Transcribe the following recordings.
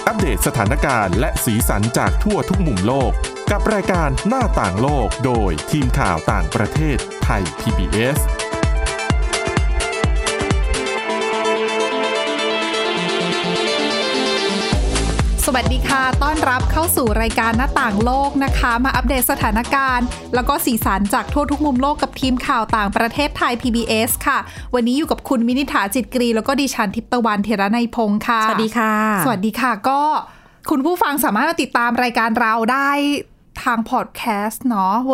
อัปเดตสถานการณ์และสีสันจากทั่วทุกมุมโลกกับรายการหน้าต่างโลกโดยทีมข่าวต่างประเทศไทย PBS สวัสดีค่ะต้อนรับเข้าสู่รายการหน้าต่างโลกนะคะมาอัปเดตสถานการณ์แล้วก็สีสันจากทั่วทุกมุมโลกกับทีมข่าวต่างประเทศไทย PBS ค่ะวันนี้อยู่กับคุณมินิฐาจิตกรีแล้วก็ดิฉันทิพย์ตะวันเทระนัยพงค์ค่ะสวัสดีค่ะสวัสดีค่ะก็คุณผู้ฟังสามารถติดตามรายการเราได้ทางพอดแคสต์เนาะ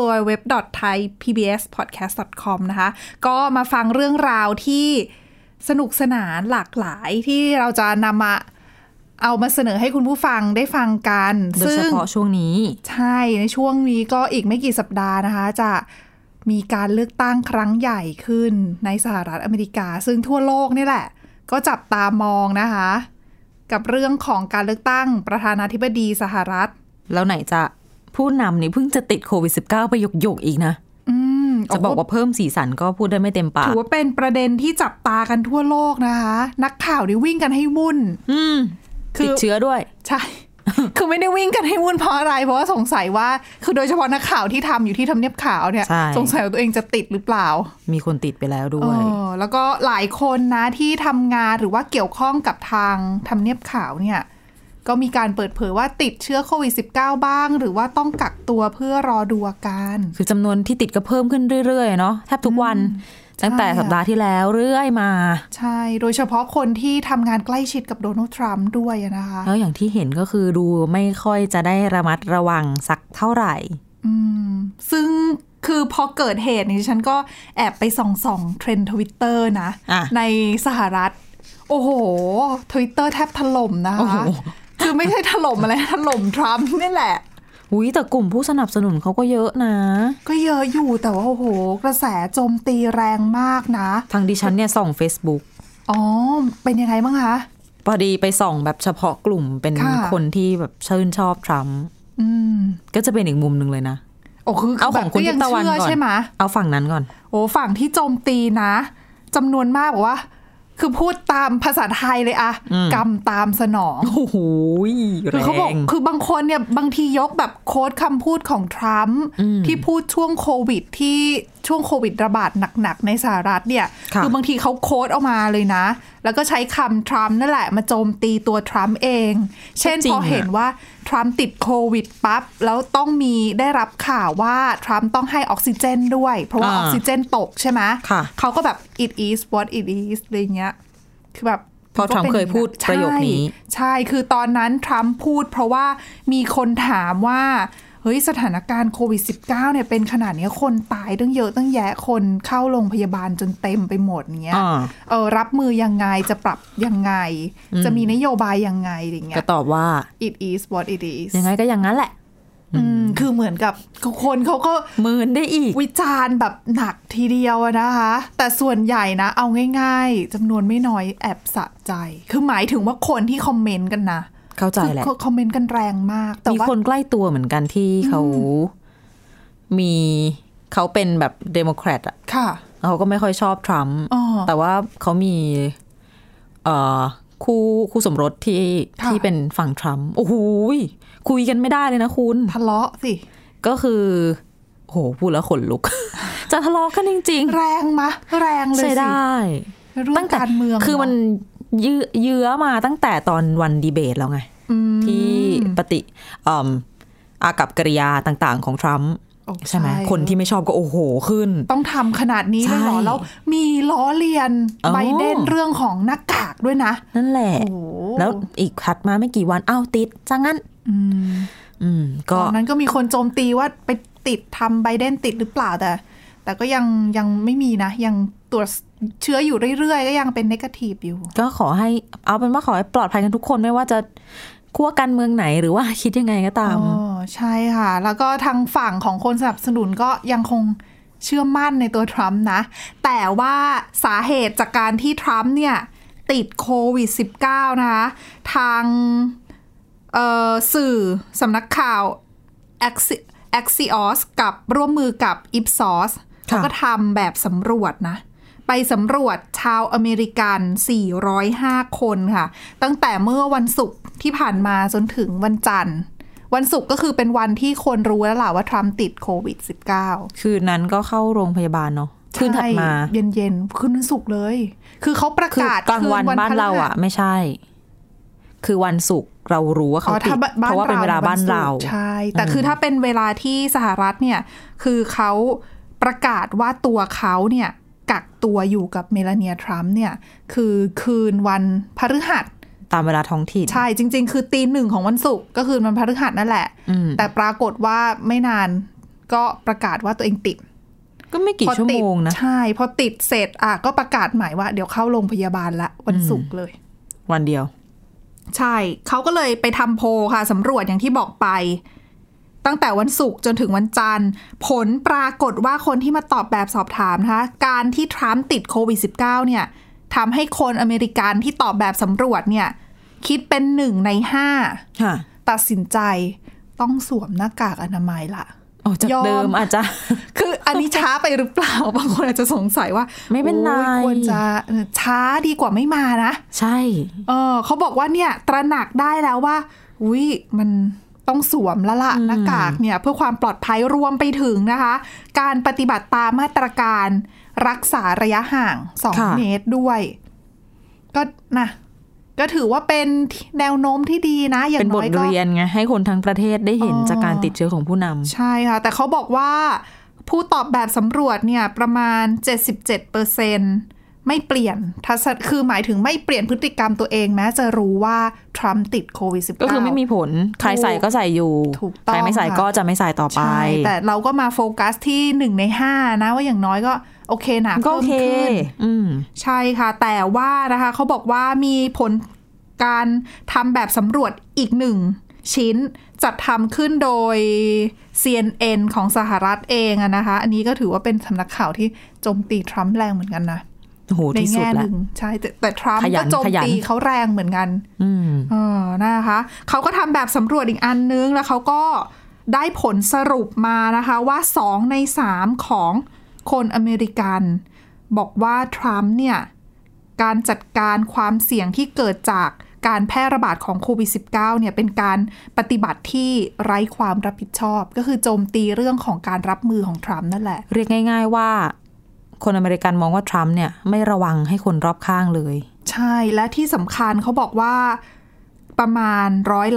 www.thaipbspodcast.com นะคะก็มาฟังเรื่องราวที่สนุกสนานหลากหลายที่เราจะนำมาเอามาเสนอให้คุณผู้ฟังได้ฟังกันโดยเฉพาะช่วงนี้ใช่ในช่วงนี้ก็อีกไม่กี่สัปดาห์นะคะจะมีการเลือกตั้งครั้งใหญ่ขึ้นในสหรัฐอเมริกาซึ่งทั่วโลกนี่แหละก็จับตามองนะคะกับเรื่องของการเลือกตั้งประธานาธิบดีสหรัฐแล้วไหนจะผู้นำนี่เพิ่งจะติดโควิด -19 ไปหยกๆอีกนะจะบอกว่าเพิ่มสีสันก็พูดได้ไม่เต็มปากถือว่าเป็นประเด็นที่จับตากันทั่วโลกนะคะนักข่าวนี่วิ่งกันให้วุ่นติดเชื้อด้วยใช่ คือไม่ได้วิ่งกันให้วุ่นเพราะอะไรเพราะว่าสงสัยว่าคือโดยเฉพาะนักข่าวที่ทำอยู่ที่ทำเนียบขาวเนี่ยสงสัยว่าตัวเองจะติดหรือเปล่ามีคนติดไปแล้วด้วยแล้วก็หลายคนนะที่ทำงานหรือว่าเกี่ยวข้องกับทางทำเนียบขาวเนี่ยก็มีการเปิดเผยว่าติดเชื้อโควิด -19 บ้างหรือว่าต้องกักตัวเพื่อรอดูอาการคือจำนวนที่ติดก็เพิ่มขึ้นเรื่อยๆเนาะแทบทุกวันตั้งแต่สัปดาห์ที่แล้วเรื่อยมาใช่โดยเฉพาะคนที่ทำงานใกล้ชิดกับโดนัลด์ทรัมป์ด้วยนะคะแล้วอย่างที่เห็นก็คือดูไม่ค่อยจะได้ระมัดระวังสักเท่าไหร่ซึ่งคือพอเกิดเหตุนี่ฉันก็แอบไปส่องเทรนด์ Twitter นะในสหรัฐโอ้โห Twitter แทบถล่มนะคะคือไม่ใช่ถล่มอะไรถล่มทรัมป์นี่แหละแต่กลุ่มผู้สนับสนุนเขาก็เยอะนะก็เยอะอยู่แต่ว่าโอ้โหกระแสโจมตีแรงมากนะทางดิฉันเนี่ยส่อง Facebook เป็นยังไงบ้างคะพอดีไปส่องแบบเฉพาะกลุ่มเป็นคนที่แบบชื่นชอบทรัมป์ก็จะเป็นอีกมุมนึงเลยนะคือเอาของคุณทิพย์ตะวันก่อนใช่ไหมเอาฝั่งนั้นก่อนฝั่งที่โจมตีนะจำนวนมากบอกว่าคือพูดตามภาษาไทยเลยอะกรรมตามสนองโอ้โหคือเขาบอกคือบางคนเนี่ยบางทียกแบบโค้ดคำพูดของทรัมป์ที่พูดช่วงโควิดที่ช่วงโควิดระบาดหนักๆในสหรัฐเนี่ยคือบางทีเขาโค้ดออกมาเลยนะแล้วก็ใช้คำทรัมป์นั่นแหละมาโจมตีตัวทรัมป์เองเช่นพอเห็นว่าทรัมป์ติดโควิดปั๊บแล้วต้องมีได้รับข่าวว่าทรัมป์ต้องให้ออกซิเจนด้วยเพราะว่าออกซิเจนตกใช่ไหมเขาก็แบบ it is what it is อะไรเงี้ยคือแบบพอทรัมป์เคยพูดประโยคนี้ใช่คือตอนนั้นทรัมป์พูดเพราะว่ามีคนถามว่าเฮ้ยสถานการณ์โควิด -19 เนี่ยเป็นขนาดนี้คนตายตั้งเยอะตั้งแยะคนเข้าโรงพยาบาลจนเต็มไปหมดเนี้ยรับมือยังไงจะปรับยังไงจะมีนโยบายยังไงอย่างเงี้ยก็ตอบว่า it is what it is ยังไงก็อย่างนั้นแหละคือเหมือนกับคนเขาก็มืนได้อีกวิจารณ์แบบหนักทีเดียวนะคะแต่ส่วนใหญ่นะเอาง่ายๆจำนวนไม่น้อยแอบสะใจคือหมายถึงว่าคนที่คอมเมนต์กันนะเข้าใจแหละคอมเมนต์กันแรงมากแต่ว่ามีคนใกล้ตัวเหมือนกันที่เขาเป็นแบบเดโมแครตอ่ะเขาก็ไม่ค่อยชอบทรัมป์แต่ว่าเขามีคู่สมรสที่เป็นฝั่งทรัมป์โอ้โหคุยกันไม่ได้เลยนะคุณทะเลาะสิก็คือโหพูดแล้วขนลุก จะทะเลาะกันจริงๆแรงมะแรงเลยสิใช่ได้ตั้งแต่การเมืองคือมันเยื้อมาตั้งแต่ตอนวันดีเบตแล้วไงที่ปฏิอากัปกิริยาต่างๆของทรัมป์ใช่ไหมคนที่ไม่ชอบก็โอ้โหขึ้นต้องทำขนาดนี้เลยเหรอแล้วมีล้อเลียนไบเดนเรื่องของหน้ากากด้วยนะนั่นแหละแล้วอีกถัดมาไม่กี่วันติดซะงั้นก็นั้นก็มีคนโจมตีว่าไปติดทำไบเดนติดหรือเปล่าแต่ก็ยังไม่มีนะยังตรวจเชื้ออยู่เรื่อยๆก็ยังเป็นเนกาทีฟอยู่ก็ขอให้เอาเป็นว่าขอให้ปลอดภัยกันทุกคนไม่ว่าจะขั้วการเมืองไหนหรือว่าคิดยังไงก็ตามใช่ค่ะแล้วก็ทางฝั่งของคนสนับสนุนก็ยังคงเชื่อมั่นในตัวทรัมป์นะแต่ว่าสาเหตุจากการที่ทรัมป์เนี่ยติดโควิด -19 นะคะทางสื่อสำนักข่าว Axios กับร่วมมือกับ Ipsos เขาก็ทำแบบสำรวจนะไปสำรวจชาวอเมริกัน405คนค่ะตั้งแต่เมื่อวันศุกร์ที่ผ่านมาจนถึงวันจันทร์วันศุกร์ก็คือเป็นวันที่คนรู้แล้วล่ะว่าทรัมป์ติดโควิด -19 คืนนั้นก็เข้าโรงพยาบาลเนาะคืนถัดมาเย็นๆคืนวันศุกร์เลยคือเขาประกาศกลางวันบ้านเราอ่ะไม่ใช่คือวันศุกร์เรารู้ว่าเขาติดเพราะว่าเป็นเวลาบ้านเราใช่แต่คือถ้าเป็นเวลาที่สหรัฐเนี่ยคือเขาประกาศว่าตัวเขาเนี่ยกักตัวอยู่กับเมลานีทรัมป์เนี่ยคือคืนวันพฤหัสตามเวลาท้องถิ่นใช่จริงๆคือตีหนึ่งของวันศุกร์ก็คือวันพฤหัสนั่นแหละแต่ปรากฏว่าไม่นานก็ประกาศว่าตัวเองติดก็ไม่กี่ชั่วโมงนะใช่พอติดเสร็จก็ประกาศใหม่ว่าเดี๋ยวเข้าโรงพยาบาลละวันศุกร์เลยวันเดียวใช่เขาก็เลยไปทำโพลค่ะสำรวจอย่างที่บอกไปตั้งแต่วันศุกร์จนถึงวันจันทร์ผลปรากฏว่าคนที่มาตอบแบบสอบถามนะคะการที่ทรัมป์ติดโควิด -19 เนี่ยทำให้คนอเมริกันที่ตอบแบบสำรวจเนี่ยคิดเป็น1 ใน 5ตัดสินใจต้องสวมหน้ากากอนามัยละจากเดิมอาจจะคืออันนี้ช้าไปหรือเปล่าบางคนอาจจะสงสัยว่าไม่เป็นไรควรจะช้าดีกว่าไม่มานะใช่เขาบอกว่าเนี่ยตระหนักได้แล้วว่าอุ๊ยมันต้องสวมแล้วล่ะหน้ากากเนี่ยเพื่อความปลอดภัยรวมไปถึงนะคะการปฏิบัติตามมาตรการรักษาระยะห่าง2 เมตรด้วยก็นะก็ถือว่าเป็นแนวโน้มที่ดีนะอย่างน้อยก็เป็นบทเรียนไงให้คนทั้งประเทศได้เห็นจากการติดเชื้อของผู้นำใช่ค่ะแต่เขาบอกว่าผู้ตอบแบบสำรวจเนี่ยประมาณ 77% ไม่เปลี่ยนคือหมายถึงไม่เปลี่ยนพฤติกรรมตัวเองแม้จะรู้ว่าทรัมป์ติดโควิด -19 ก็คือไม่มีผลใครใส่ก็ใส่อยู่ใครไม่ใส่ก็จะไม่ใส่ต่อไปแต่เราก็มาโฟกัสที่1 ใน 5นะว่าอย่างน้อยก็โอเคนะเพิ่มขึ้นใช่ค่ะแต่ว่านะคะเขาบอกว่ามีผลการทำแบบสำรวจอีก1 ชิ้นจัดทำขึ้นโดย CNN ของสหรัฐเองนะคะอันนี้ก็ถือว่าเป็นสำนักข่าวที่โจมตีทรัมป์แรงเหมือนกันนะในแง่หนึ่งใช่แต่ทรัมป์ก็โจมตีเขาแรงเหมือนกันนะคะเขาก็ทำแบบสำรวจอีกอันนึงแล้วเขาก็ได้ผลสรุปมานะคะว่า2 ใน 3ของคนอเมริกันบอกว่าทรัมป์เนี่ยการจัดการความเสี่ยงที่เกิดจากการแพร่ระบาดของโควิด -19 เนี่ยเป็นการปฏิบัติที่ไร้ความรับผิดชอบก็คือโจมตีเรื่องของการรับมือของทรัมป์นั่นแหละเรียกง่ายๆว่าคนอเมริกันมองว่าทรัมป์เนี่ยไม่ระวังให้คนรอบข้างเลยใช่และที่สำคัญเขาบอกว่าประมาณ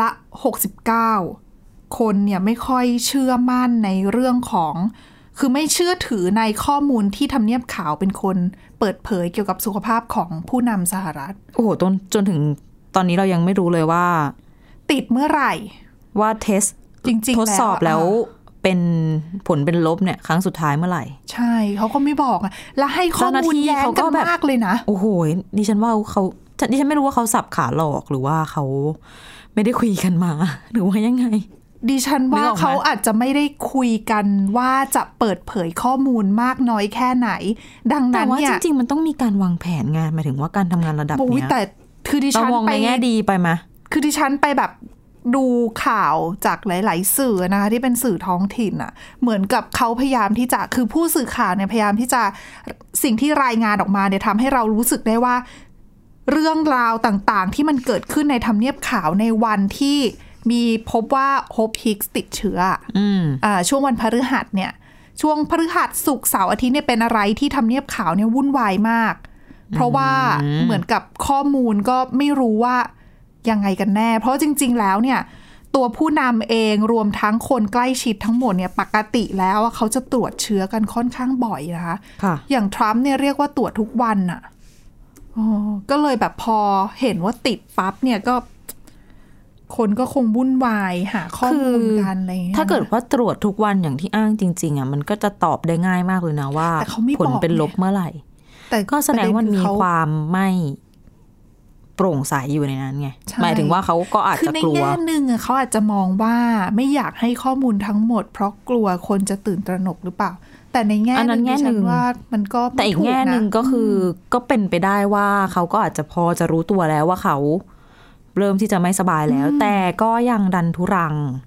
69%คนเนี่ยไม่ค่อยเชื่อมั่นในเรื่องของคือไม่เชื่อถือในข้อมูลที่ทำเนียบขาวเป็นคนเปิดเผยเกี่ยวกับสุขภาพของผู้นำสหรัฐโอ้โหจนถึงตอนนี้เรายังไม่รู้เลยว่าติดเมื่อไหร่ว่าเทสจริงๆทดสอบแล้วเป็นผลเป็นลบเนี่ยครั้งสุดท้ายเมื่อไหร่ใช่เขาก็ไม่บอกแล้วให้ข้อมูลแย้งกันมากเลยนะโอ้โหดิฉันไม่รู้ว่าเขาสับขาหลอกหรือว่าเขาไม่ได้คุยกันมาหรือว่ายังไงดิฉันว่าเขาอาจจะไม่ได้คุยกันว่าจะเปิดเผยข้อมูลมากน้อยแค่ไหนดังนั้นเนี่ยแต่ว่าจริงๆมันต้องมีการวางแผนงานหมายถึงว่าการทำงานระดับเนี้ยแต่คือดิฉันไปแง่ดีไปไหมคือดิฉันไปแบบดูข่าวจากหลายๆสื่อนะคะที่เป็นสื่อท้องถิ่นอ่ะเหมือนกับเขาพยายามที่จะคือผู้สื่อข่าวเนี่ยพยายามที่จะสิ่งที่รายงานออกมาเนี่ยทำให้เรารู้สึกได้ว่าเรื่องราวต่างๆที่มันเกิดขึ้นในทำเนียบขาวในวันที่มีพบว่าโฮปฮิกส์ติดเชื้อช่วงวันพฤหัสเนี่ยช่วงพฤหัสศุกร์เสาร์อาทิตย์เนี่ยเป็นอะไรที่ทำเนียบขาวเนี่ยวุ่นวายมากเพราะว่าเหมือนกับข้อมูลก็ไม่รู้ว่ายังไงกันแน่เพราะจริงๆแล้วเนี่ยตัวผู้นำเองรวมทั้งคนใกล้ชิดทั้งหมดเนี่ยปกติแล้วเขาจะตรวจเชื้อกันค่อนข้างบ่อยนะคะอย่างทรัมป์เนี่ยเรียกว่าตรวจทุกวันอ่ะก็เลยแบบพอเห็นว่าติดปั๊บเนี่ยก็คนก็คงวุ่นวายหาข้อมูลกันอะไรอย่างเงี้ยถ้าเกิดว่าตรวจทุกวันอย่างที่อ้างจริงๆอ่ะมันก็จะตอบได้ง่ายมากเลยนะว่าผลเป็นลบเมื่อไหร่แต่ก็แสดงว่ามีความไม่โปร่งใสอยู่ในนั้นไงหมายถึงว่าเขาก็อาจจะกลัวคือในแง่นึงเขาอาจจะมองว่าไม่อยากให้ข้อมูลทั้งหมดเพราะกลัวคนจะตื่นตระหนกหรือเปล่าแต่ในแง่นึงฉันว่ามันก็แต่อีกแง่นึงก็คือก็เป็นไปได้ว่าเขาก็อาจจะพอจะรู้ตัวแล้วว่าเขาเริ่มที่จะไม่สบายแล้วแต่ก็ยังดันทุรัง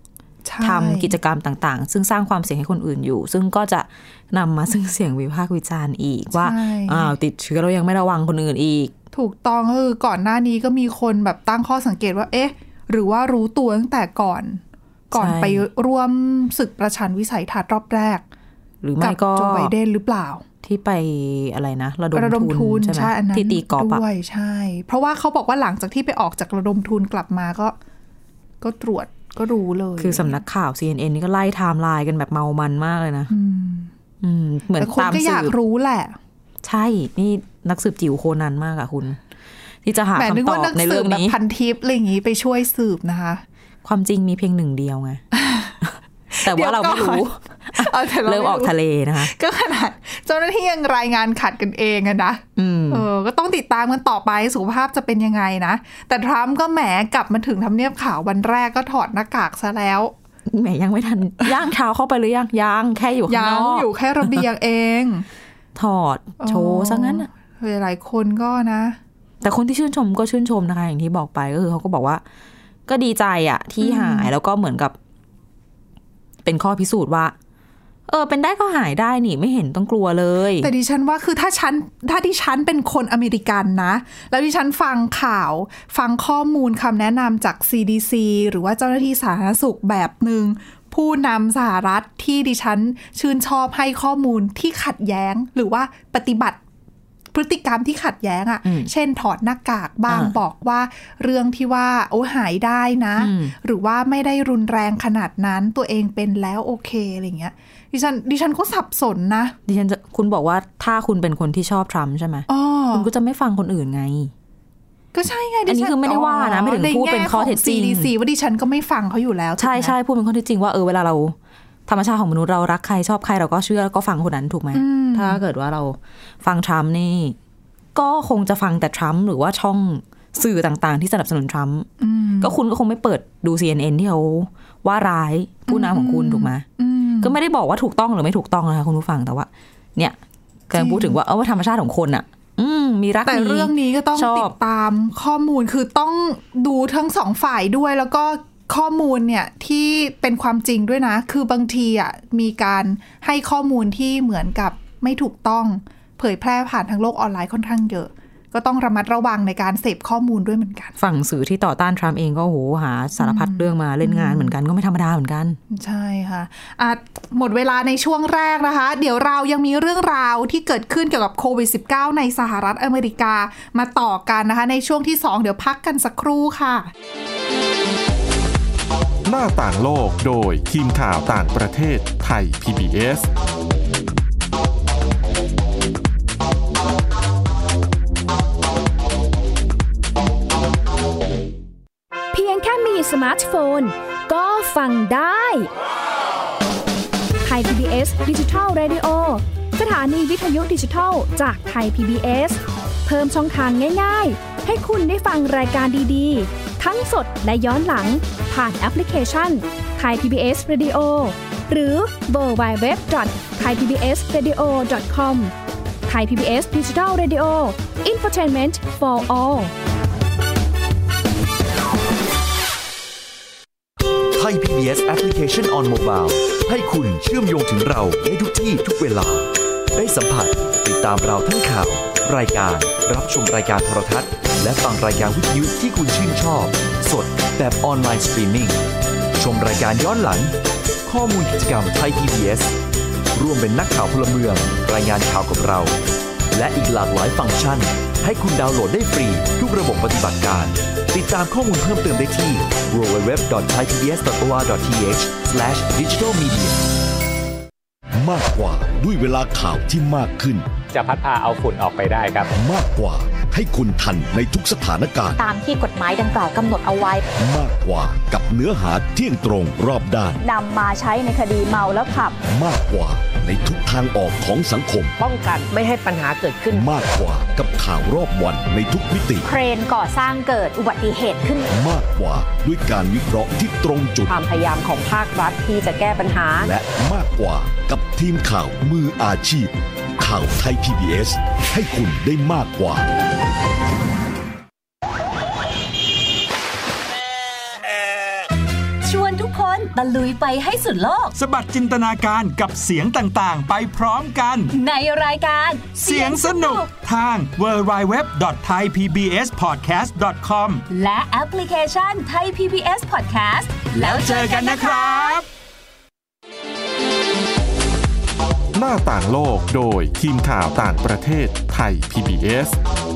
ทำกิจกรรมต่างๆซึ่งสร้างความเสี่ยงให้คนอื่นอยู่ซึ่งก็จะนำมาซึ่งเสียงวิพากษ์วิจารณ์อีกว่าติดเชื้อเรายังไม่ระวังคนอื่นอีกถูกต้องคือก่อนหน้านี้ก็มีคนแบบตั้งข้อสังเกตว่าเอ๊ะหรือว่ารู้ตัวตั้งแต่ก่อนไปร่วมศึกประชันวิสัยทัศน์รอบแรกหรือไม่ก็โจไบเดนหรือเปล่าที่ไปอะไรนะระดมทุนใช่ไหมที่ตีกอล์ฟด้วยใช่เพราะว่าเขาบอกว่าหลังจากที่ไปออกจากระดมทุนกลับมาก็ตรวจก็รู้เลยคือสำนักข่าว CNN นี่ก็ไล่ไทม์ไลน์กันแบบเมามันมากเลยนะเหมือนตามสืบก็อยากรู้แหละใช่นี่นักสืบจิ๋วโคนันมากอะคุณที่จะหาคำตอบในเรื่องนี้พันทิปอะไรอย่างนี้ไปช่วยสืบนะคะความจริงมีเพียงหนึ่งเดียวไงแต่ว่าเราไม่รู้เริ่มออกทะเลนะคะก็ขนาดเจ้าหน้าที่ยังรายงานขัดกันเองนะก็ต้องติดตามกันต่อไปสุขภาพจะเป็นยังไงนะแต่ทรัมป์ก็แหมกลับมาถึงทำเนียบขาววันแรกก็ถอดหน้ากากซะแล้วแหมยังไม่ทันย่างเท้าเข้าไปหรือยังแค่อยู่ข้างนอกอยู่แค่ระเบียงเองถอดโชว์ซะงั้นหลายคนก็นะแต่คนที่ชื่นชมก็ชื่นชมนะคะอย่างที่บอกไปก็คือเขาก็บอกว่าก็ดีใจอะที่หายแล้วก็เหมือนกับเป็นข้อพิสูจน์ว่าเป็นได้ก็หายได้นี่ไม่เห็นต้องกลัวเลยแต่ดิฉันว่าคือถ้าดิฉันเป็นคนอเมริกันนะแล้วดิฉันฟังข่าวฟังข้อมูลคำแนะนำจาก CDC หรือว่าเจ้าหน้าที่สาธารณสุขแบบนึงผู้นำสหรัฐที่ดิฉันชื่นชอบให้ข้อมูลที่ขัดแย้งหรือว่าปฏิบัติพฤติกรรมที่ขัดแย้งเช่นถอดหน้ากากบ้างบอกว่าเรื่องที่ว่าหายได้นะหรือว่าไม่ได้รุนแรงขนาดนั้นตัวเองเป็นแล้วโอเคอะไรเงี้ยดิฉันก็สับสนนะคุณบอกว่าถ้าคุณเป็นคนที่ชอบทรัมป์ใช่ไหมคุณก็จะไม่ฟังคนอื่นไงก็ใช่ไงอันนี้คือไม่ได้ว่านะไม่ถึงพูดเป็นข้อเท็จจริง CDC ว่าดิฉันก็ไม่ฟังเขาอยู่แล้วใช่พูดเป็นข้อเท็จจริงว่าเวลาเราธรรมชาติของมนุษย์เรารักใครชอบใครเราก็เชื่อแล้วก็ฟังคนนั้นถูกไหมถ้าเกิดว่าเราฟังทรัมป์นี่ก็คงจะฟังแต่ทรัมป์หรือว่าช่องสื่อต่างๆที่สนับสนุนทรัมป์ก็คุณก็คงไม่เปิดดู CNN ที่เขาว่าร้ายผู้นำของคุณถูกไหมก็ไม่ได้บอกว่าถูกต้องหรือไม่ถูกต้องนะคะคุณผู้ฟังแต่ว่าเนี่ยกำลังพูดถึงว่าว่าธรรมชาติของคนอ่ะมีรักแต่เรื่องนี้ก็ต้องติดตามข้อมูลคือต้องดูทั้งสองฝ่ายด้วยแล้วก็ข้อมูลเนี่ยที่เป็นความจริงด้วยนะคือบางทีอ่ะมีการให้ข้อมูลที่เหมือนกับไม่ถูกต้องเผยแพร่ผ่านทางโลกออนไลน์ค่อนข้างเยอะก็ต้องระมัดระวังในการเสพข้อมูลด้วยเหมือนกันฝั่งสื่อที่ต่อต้านทรัมป์เองก็หาสารพัดเรื่องมาเล่นงานเหมือนกันก็ไม่ธรรมดาเหมือนกันใช่ค่ะหมดเวลาในช่วงแรกนะคะเดี๋ยวเรายังมีเรื่องราวที่เกิดขึ้นเกี่ยวกับโควิด -19 ในสหรัฐอเมริกามาต่อกันนะคะในช่วงที่2เดี๋ยวพักกันสักครู่ค่ะหน้าต่างโลกโดยทีมข่าวต่างประเทศไทย PBS สมาร์ทโฟนก็ฟังได้ไทย PBS Digital Radio สถานีวิทยุดิจิทัลจากไทย PBS เพิ่มช่องทางง่ายๆให้คุณได้ฟังรายการดีๆทั้งสดและย้อนหลังผ่านแอปพลิเคชัน Thai PBS Radio หรือ www.thaipbsradio.com Thai PBS Digital Radio Infotainment for all ไทย PBS Application on Mobile ให้คุณเชื่อมโยงถึงเราได้ทุกที่ทุกเวลาได้สัมผัสติดตามเราทั้งข่าวรายการรับชมรายการโทรทัศน์และฟังรายการวิทยุที่คุณชื่นชอบสดแบบออนไลน์สตรีมมิ่งชมรายการย้อนหลังข้อมูลกิจกรรมไทย PBS ร่วมเป็นนักข่าวพลเมืองรายงานข่าวกับเราและอีกหลากหลายฟังก์ชันให้คุณดาวน์โหลดได้ฟรีทุกระบบปฏิบัติการติดตามข้อมูลเพิ่มเติมได้ที่ www.thaipbs.or.th/digitalmedia มากกว่าด้วยเวลาข่าวที่มากขึ้นจะพัดพาเอาฝุ่นออกไปได้ครับมากกว่าให้คุณทันในทุกสถานการณ์ตามที่กฎหมายดังกล่าวกำหนดเอาไว้มากกว่ากับเนื้อหาเที่ยงตรงรอบด้านนำมาใช้ในคดีเมาแล้วขับมากกว่าในทุกทางออกของสังคมป้องกันไม่ให้ปัญหาเกิดขึ้นมากกว่ากับข่าวรอบวันในทุกมิติเครนก่อสร้างเกิดอุบัติเหตุขึ้นมากกว่าด้วยการวิเคราะห์ที่ตรงจุดความพยายามของภาครัฐที่จะแก้ปัญหาและมากกว่ากับทีมข่าวมืออาชีพข่าวไทย PBS ให้คุณได้มากกว่าชวนทุกคนตะลุยไปให้สุดโลกสบัดจินตนาการกับเสียงต่างๆไปพร้อมกันในรายการเสียงสนุกทาง www.thaipbspodcast.com และแอปพลิเคชัน Thai PBS Podcast แล้วเจอกันนะครับหน้าต่างโลกโดยทีมข่าวต่างประเทศไทย PBS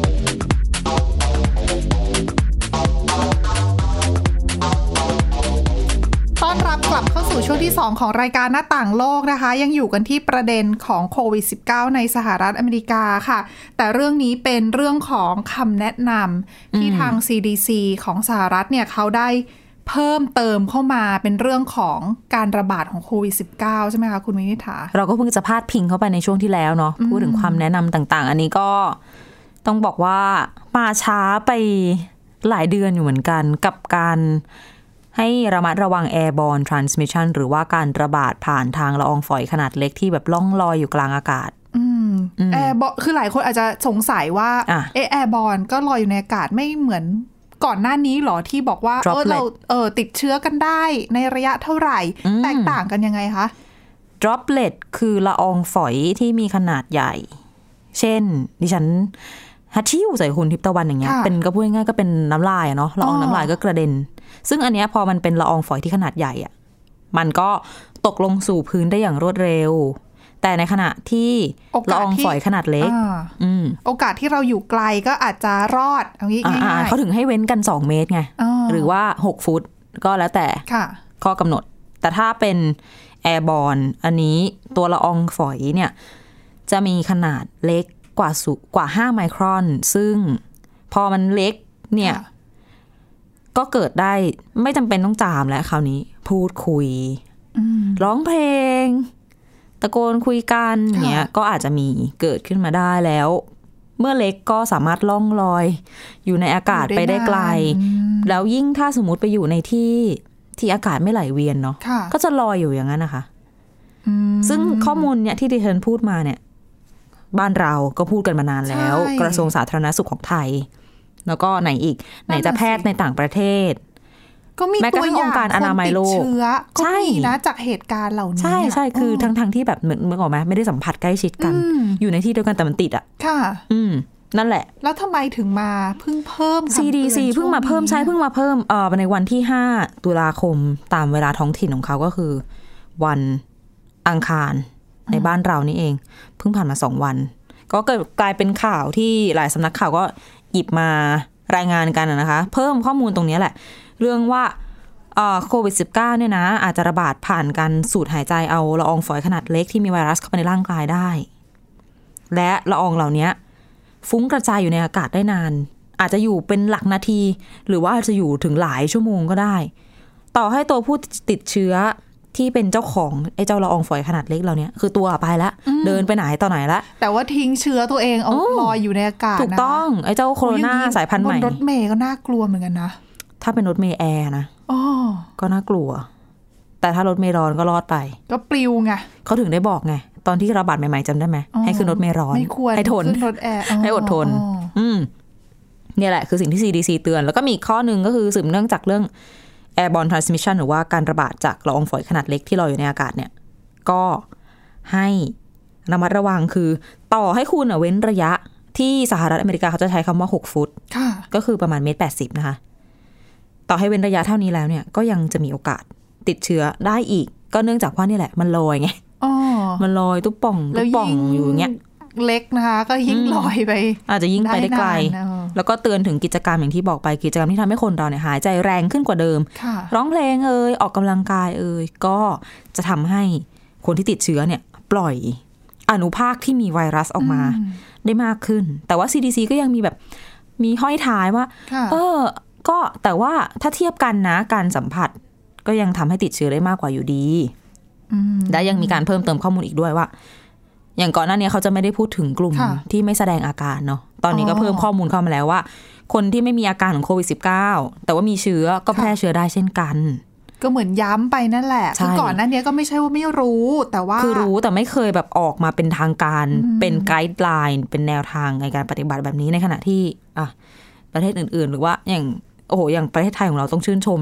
ต้อนรับกลับเข้าสู่ช่วงที่2ของรายการหน้าต่างโลกนะคะยังอยู่กันที่ประเด็นของโควิด -19 ในสหรัฐอเมริกาค่ะแต่เรื่องนี้เป็นเรื่องของคำแนะนำที่ทาง CDC ของสหรัฐเนี่ยเขาได้เพิ่มเติมเข้ามาเป็นเรื่องของการระบาดของโควิด -19 ใช่ไหมคะคุณวินิษฐาเราก็เพิ่งจะพาดพิงเข้าไปในช่วงที่แล้วเนาะพูดถึงความแนะนำต่างๆอันนี้ก็ต้องบอกว่ามาช้าไปหลายเดือนอยู่เหมือนกันกับการให้ระมัดระวัง airborne transmission หรือว่าการระบาดผ่านทางละอองฝอยขนาดเล็กที่แบบล่องลอยอยู่กลางอากาศ airborne คือหลายคนอาจจะสงสัยว่าairborne ก็ลอยอยู่ในอากาศไม่เหมือนก่อนหน้านี้หรอที่บอกว่าเราติดเชื้อกันได้ในระยะเท่าไหร่แตกต่างกันยังไงคะ droplet คือละอองฝอยที่มีขนาดใหญ่เช่นดิฉันฮัตชิวใส่คุณทิพย์ตะวันอย่างเงี้ยเป็นก็พูดง่ายๆก็เป็นน้ำลายเนาะละอองน้ำลายก็กระเด็นซึ่งอันเนี้ยพอมันเป็นละอองฝอยที่ขนาดใหญ่อ่ะมันก็ตกลงสู่พื้นได้อย่างรวดเร็วแต่ในขณะที่ละอองฝอยขนาดเล็กโอกาสที่เราอยู่ไกลก็อาจจะรอดเอางี้ง่ายๆเขาถึงให้เว้นกัน2 เมตรไงหรือว่า6 ฟุตก็แล้วแต่ข้อกำหนดแต่ถ้าเป็นแอร์บอร์นอันนี้ตัวละอองฝอยเนี่ยจะมีขนาดเล็กกว่า5 ไมครอนซึ่งพอมันเล็กเนี่ยก็เกิดได้ไม่จำเป็นต้องจามแล้วคราวนี้พูดคุยร้องเพลงตะโกนคุยกันเงี้ยก็อาจจะมีเกิดขึ้นมาได้แล้วเมื่อเล็กก็สามารถล่องลอยอยู่ในอากาศไปได้ไกลแล้วยิ่งถ้าสมมติไปอยู่ในที่อากาศไม่ไหลเวียนเนาะก็จะลอยอยู่อย่างนั้นนะคะซึ่งข้อมูลเนี่ยที่ดิฉันพูดมาเนี่ยบ้านเราก็พูดกันมานานแล้วกระทรวงสาธารณสุขของไทยแล้วก็ไหนอีกไหนจะแพทย์ในต่างประเทศก็มีตัวอย่างคนติดเชื้อก็มีนะจากเหตุการณ์เหล่านี้ใช่คือทั้งที่แบบเหมือนออกไหมไม่ได้สัมผัสใกล้ชิดกันอยู่ในที่เดียวกันแต่มันติดอ่ะค่ะนั่นแหละแล้วทำไมถึงมาเพิ่ม CDC เพิ่งมาเพิ่มในวันที่5 ตุลาคมตามเวลาท้องถิ่นของเขาก็คือวันอังคารในบ้านเรานี่เองเพิ่งผ่านมา2 วันก็เกิดกลายเป็นข่าวที่หลายสำนักข่าวก็หยิบมารายงานกันนะคะเพิ่มข้อมูลตรงนี้แหละเรื่องว่าโควิด -19 เนี่ยนะอาจจะระบาดผ่านการสูดหายใจเอาละอองฝอยขนาดเล็กที่มีไวรัสเข้าไปในร่างกายได้และละอองเหล่านี้ฟุ้งกระจายอยู่ในอากาศได้นานอาจจะอยู่เป็นหลักนาทีหรือว่าอาจจะอยู่ถึงหลายชั่วโมงก็ได้ต่อให้ตัวผู้ติดเชื้อที่เป็นเจ้าของไอ้เจ้าละอองฝอยขนาดเล็กเราเนี่ยคือตัวไปแล้วเดินไปไหนต่อไหนละแต่ว่าทิ้งเชื้อตัวเองเอาลอยอยู่ในอากาศนะถูกต้องไอ้เจ้าโคโรนาสายพันธุ์ใหม่บนรถเมล์ก็น่ากลัวเหมือนกันนะถ้าเป็นรถเมล์แอร์นะก็น่ากลัวแต่ถ้ารถเมล์ร้อนก็รอดไปก็ปลิวไงเขาถึงได้บอกไงตอนที่ระบาดใหม่ๆจำได้ไหมให้ขึ้นรถเมล์ร้อนให้ทนให้อดทนเนี่ยแหละคือสิ่งที่ CDC เตือนแล้วก็มีข้อนึงก็คือสืบเนื่องจากเรื่องairborne transmission หรือว่าการระบาดจากละอองฝอยขนาดเล็กที่ลอยอยู่ในอากาศเนี่ยก็ให้ระมัดระวังคือต่อให้คุณเว้นระยะที่สหรัฐอเมริกาเขาจะใช้คำว่า6 ฟุตก็คือประมาณ1.80 นะคะต่อให้เว้นระยะเท่านี้แล้วเนี่ยก็ยังจะมีโอกาสติดเชื้อได้อีกก็เนื่องจากว่านี่แหละมันลอยไงมันลอยตุ๊บป่องอยู่อย่างเงี้ยเล็กนะคะก็ยิ่งลอยไปอาจจะยิ่งไปได้ไกลแล้วก็เตือนถึงกิจกรรมอย่างที่บอกไปกิจกรรมที่ทำให้คนเราเนี่ยหายใจแรงขึ้นกว่าเดิมร้องเพลงออกกำลังกายก็จะทำให้คนที่ติดเชื้อเนี่ยปล่อยอนุภาคที่มีไวรัสออกมาได้มากขึ้นแต่ว่า CDC ก็ยังมีแบบมีห้อยท้ายว่าก็แต่ว่าถ้าเทียบกันนะการสัมผัสก็ยังทำให้ติดเชื้อได้มากกว่าอยู่ดีและยังมีการเพิ่มเติมข้อมูลอีกด้วยว่าอย่างก่อนหน้านี้เขาจะไม่ได้พูดถึงกลุ่มที่ไม่แสดงอาการเนาะตอนนี้ก็เพิ่มข้อมูลเข้ามาแล้วว่าคนที่ไม่มีอาการของโควิด -19 แต่ว่ามีเชื้อก็แพร่เชื้อได้เช่นกันก็เหมือนย้ำไปนั่นแหละคือก่อนหน้านี้ก็ไม่ใช่ว่าไม่รู้แต่ว่าคือรู้แต่ไม่เคยแบบออกมาเป็นทางการเป็นไกด์ไลน์เป็นแนวทางในการปฏิบัติแบบนี้ในขณะที่ประเทศอื่นๆหรือว่าอย่างอย่างประเทศไทยของเราต้องชื่นชมนะ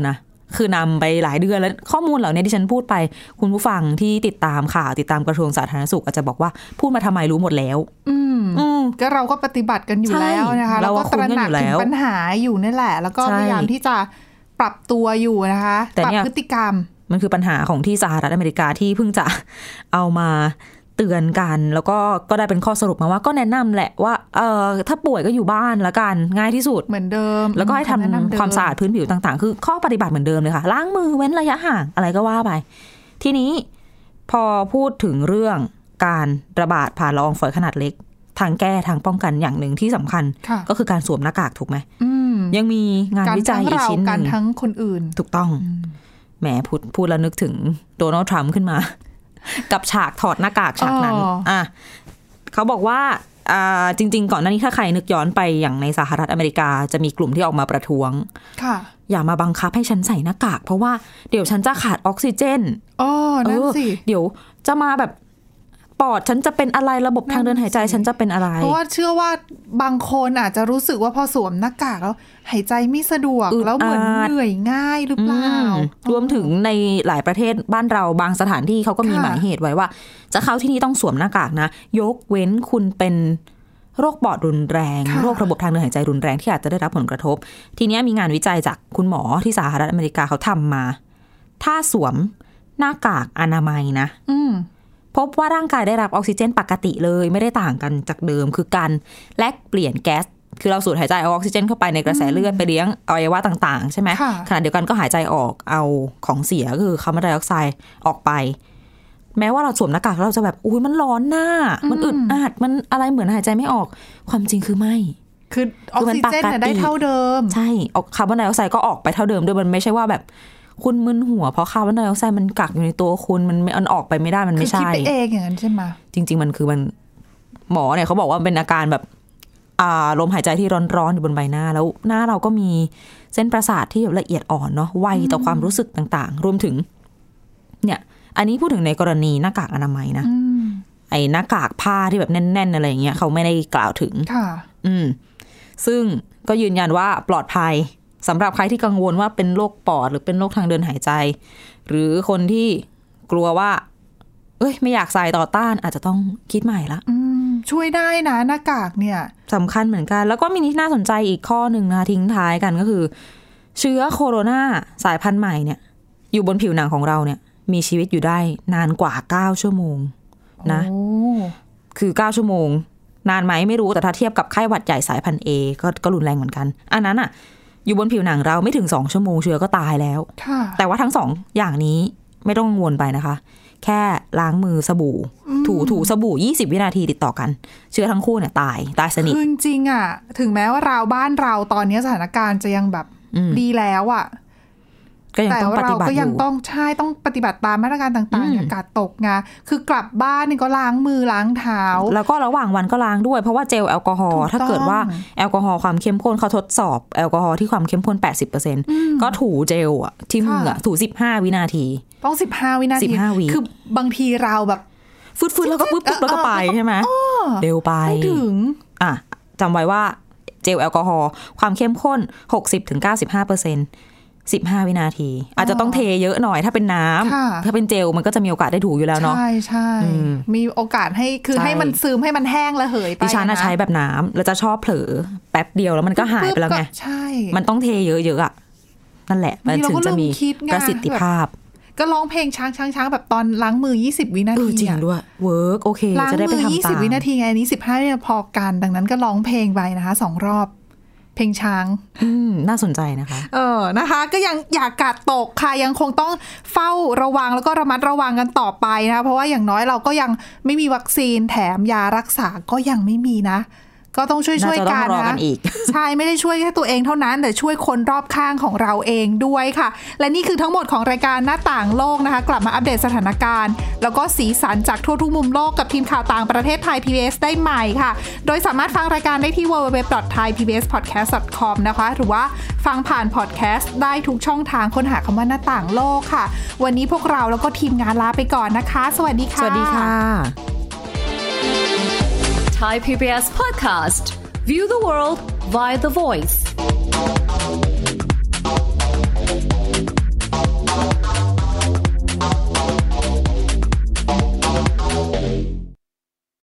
คือนำไปหลายเดือนแล้วข้อมูลเหล่านี้ที่ฉันพูดไปคุณผู้ฟังที่ติดตามข่าวติดตามกระทรวงสาธารณสุขอาจจะบอกว่าพูดมาทำไมรู้หมดแล้วก็เราก็ปฏิบัติกันอยู่แล้วนะคะเราก็ตระหนักถึงปัญหาอยู่นี่แหละแล้วก็พยายามที่จะปรับตัวอยู่นะคะปรับพฤติกรรมมันคือปัญหาของที่สหรัฐอเมริกาที่เพิ่งจะเอามาเตือนกันแล้วก็ได้เป็นข้อสรุปมาว่าก็แนะนำแหละว่าถ้าป่วยก็อยู่บ้านละกันง่ายที่สุดเหมือนเดิมแล้วก็ให้ทำความสะอาดพื้นผิวต่างๆคือข้อปฏิบัติเหมือนเดิมเลยค่ะล้างมือเว้นระยะห่างอะไรก็ว่าไปทีนี้พอพูดถึงเรื่องการระบาดผ่านละอองฝอยขนาดเล็กทางแก้ทางป้องกันอย่างหนึ่งที่สำคัญก็คือการสวมหน้ากากถูกไหมยังมีงานวิจัยอีกชิ้นหนึ่งทั้งคนอื่นถูกต้องแหมพูดแล้วนึกถึงโดนัลด์ทรัมป์ขึ้นมากับฉากถอดหน้ากากฉากนั้นเขาบอกว่าจริงๆก่อนหน้านี้ถ้าใครนึกย้อนไปอย่างในสหรัฐอเมริกาจะมีกลุ่มที่ออกมาประท้วงอย่ามาบังคับให้ฉันใส่หน้ากากเพราะว่าเดี๋ยวฉันจะขาดออกซิเจนนั่นสิเดี๋ยวจะมาแบบปอดฉันจะเป็นอะไรระบบทางเดินหายใจฉันจะเป็นอะไรเพราะว่าเชื่อว่าบางคนอาจจะรู้สึกว่าพอสวมหน้ากากแล้วหายใจไม่สะดวกแล้วเหมือนเหนื่อยง่ายหรือเปล่ารวมถึงในหลายประเทศบ้านเราบางสถานที่เขาก็มีหมายเหตุไว้ว่าจะเข้าที่นี่ต้องสวมหน้ากากนะยกเว้นคุณเป็นโรคปอดรุนแรงโรคระบบทางเดินหายใจรุนแรงที่อาจจะได้รับผลกระทบทีนี้มีงานวิจัยจากคุณหมอที่สหรัฐอเมริกาเขาทำมาถ้าสวมหน้ากากอนามัยนะพบว่าร่างกายได้รับออกซิเจนปกติเลยไม่ได้ต่างกันจากเดิมคือการแลกเปลี่ยนแก๊สคือเราสูดหายใจเอาออกซิเจนเข้าไปในกระแสเลือดไปเลี้ยงอวัยวะต่างๆใช่ไหมขณะเดียวกันก็หายใจออกเอาของเสียคือคาร์บอนไดออกไซด์ออกไปแม้ว่าเราสวมหน้ากากเราจะแบบอุ้ยมันร้อนหน้ามันอึดอัดมันอะไรเหมือนหายใจไม่ออกความจริงคือไม่คือออกซิเจนได้เท่าเดิมใช่คาร์บอนไดออกไซด์ก็ออกไปเท่าเดิมด้วยมันไม่ใช่ว่าแบบคุณมึนหัวเพราะคาร์บอนไดออกไซด์มันกักอยู่ในตัวคุณมันออกไปไม่ได้มันไม่ใช่คิดไปเองอย่างนั้นใช่ไหมจริงๆมันคือมันหมอเนี่ยเขาบอกว่าเป็นอาการแบบลมหายใจที่ร้อนๆอยู่บนใบหน้าแล้วหน้าเราก็มีเส้นประสาทที่ละเอียดอ่อนเนาะไวต่อความรู้สึกต่างๆรวมถึงเนี่ยอันนี้พูดถึงในกรณีหน้ากากอนามัยนะไอ้หน้ากากผ้าที่แบบแน่นๆอะไรอย่างเงี้ยเขาไม่ได้กล่าวถึงซึ่งก็ยืนยันว่าปลอดภัยสำหรับใครที่กังวลว่าเป็นโรคปอดหรือเป็นโรคทางเดินหายใจหรือคนที่กลัวว่าไม่อยากใส่ต่อต้านอาจจะต้องคิดใหม่ละช่วยได้นะหน้ากากเนี่ยสำคัญเหมือนกันแล้วก็มีน่าสนใจอีกข้อหนึ่งนะทิ้งท้ายกันก็คือเชื้อโคโรนาสายพันธุ์ใหม่เนี่ยอยู่บนผิวหนังของเราเนี่ยมีชีวิตอยู่ได้นานกว่า9ชั่วโมงนะคือ9ชั่วโมงนานไหมไม่รู้แต่ถ้าเทียบกับไข้หวัดใหญ่สายพันธุ์ A ก็รุนแรงเหมือนกันอันนั้นอ่ะอยู่บนผิวหนังเราไม่ถึง2ชั่วโมงเชื้อก็ตายแล้วแต่ว่าทั้ง2อย่างนี้ไม่ต้องกังวลไปนะคะแค่ล้างมือสบู่ถูสบู่20วินาทีติดต่อกันเชื้อทั้งคู่เนี่ยตายสนิทจริงๆอ่ะถึงแม้ว่าบ้านเราตอนนี้สถานการณ์จะยังแบบดีแล้วอ่ะแต่เราก็ยังต้องปฏิบัติตามมาตรการต่างๆอากาศตกไงคือกลับบ้านนี่ก็ล้างมือล้างเท้าแล้วก็ระหว่างวันก็ล้างด้วยเพราะว่าเจลแอลกอฮอล์ถ้าเกิดว่าแอลกอฮอล์ความเข้มข้นเขาทดสอบแอลกอฮอล์ที่ความเข้มข้น 80% ก็ถูเจลอ่ะที่มือถู15วินาทีต้อง15วินาทีคือบางทีเราแบบฟืดๆแล้วก็ปุ๊บแล้วก็ไปใช่ไหมเร็วไปไม่ถึงจำไว้ว่าเจลแอลกอฮอล์ความเข้มข้น 60-95%15 วินาทีอาจจะต้องเทเยอะหน่อยถ้าเป็นน้ำถ้าเป็นเจลมันก็จะมีโอกาสได้ถูอยู่แล้วเนาะใช่มีโอกาสให้คือให้มันซึมให้มันแห้งระเหยไปดิฉันใช้แบบน้ำแล้วจะชอบเผลอแป๊บเดียวแล้วมันก็หายไปแล้วไงมันต้องเทเยอะๆอ่ะนั่นแหละมันถึงจะมีประสิทธิภาพก็ร้องเพลงช้างแบบตอนล้างมือ20วินาทีจริงด้วยเวิร์กโอเคจะได้ไปทำตาม 20วินาทีไงอันนี้15เนี่ยพอกันดังนั้นก็ร้องเพลงไปนะคะ2รอบเพลงช้างน่าสนใจนะคะนะคะก็ยังอยากกาดตกค่ะยังคงต้องเฝ้าระวังแล้วก็ระมัดระวังกันต่อไปนะเพราะว่าอย่างน้อยเราก็ยังไม่มีวัคซีนแถมยารักษาก็ยังไม่มีนะก็ต้องช่วยกันนะใช่ไม่ได้ช่วยแค่ตัวเองเท่านั้นแต่ช่วยคนรอบข้างของเราเองด้วยค่ะและนี่คือทั้งหมดของรายการหน้าต่างโลกนะคะกลับมาอัปเดตสถานการณ์แล้วก็สีสันจากทั่วทุกมุมโลกกับทีมข่าวต่างประเทศไทย PBS ได้ใหม่ค่ะโดยสามารถฟังรายการได้ที่ www.thaipbspodcast.com นะคะหรือว่าฟังผ่านพอดแคสต์ได้ทุกช่องทางค้นหาคำว่าหน้าต่างโลกค่ะวันนี้พวกเราแล้วก็ทีมงานลาไปก่อนนะคะสวัสดีค่ะสวัสดีค่ะ Thai PBS podcast. View the world via the voice.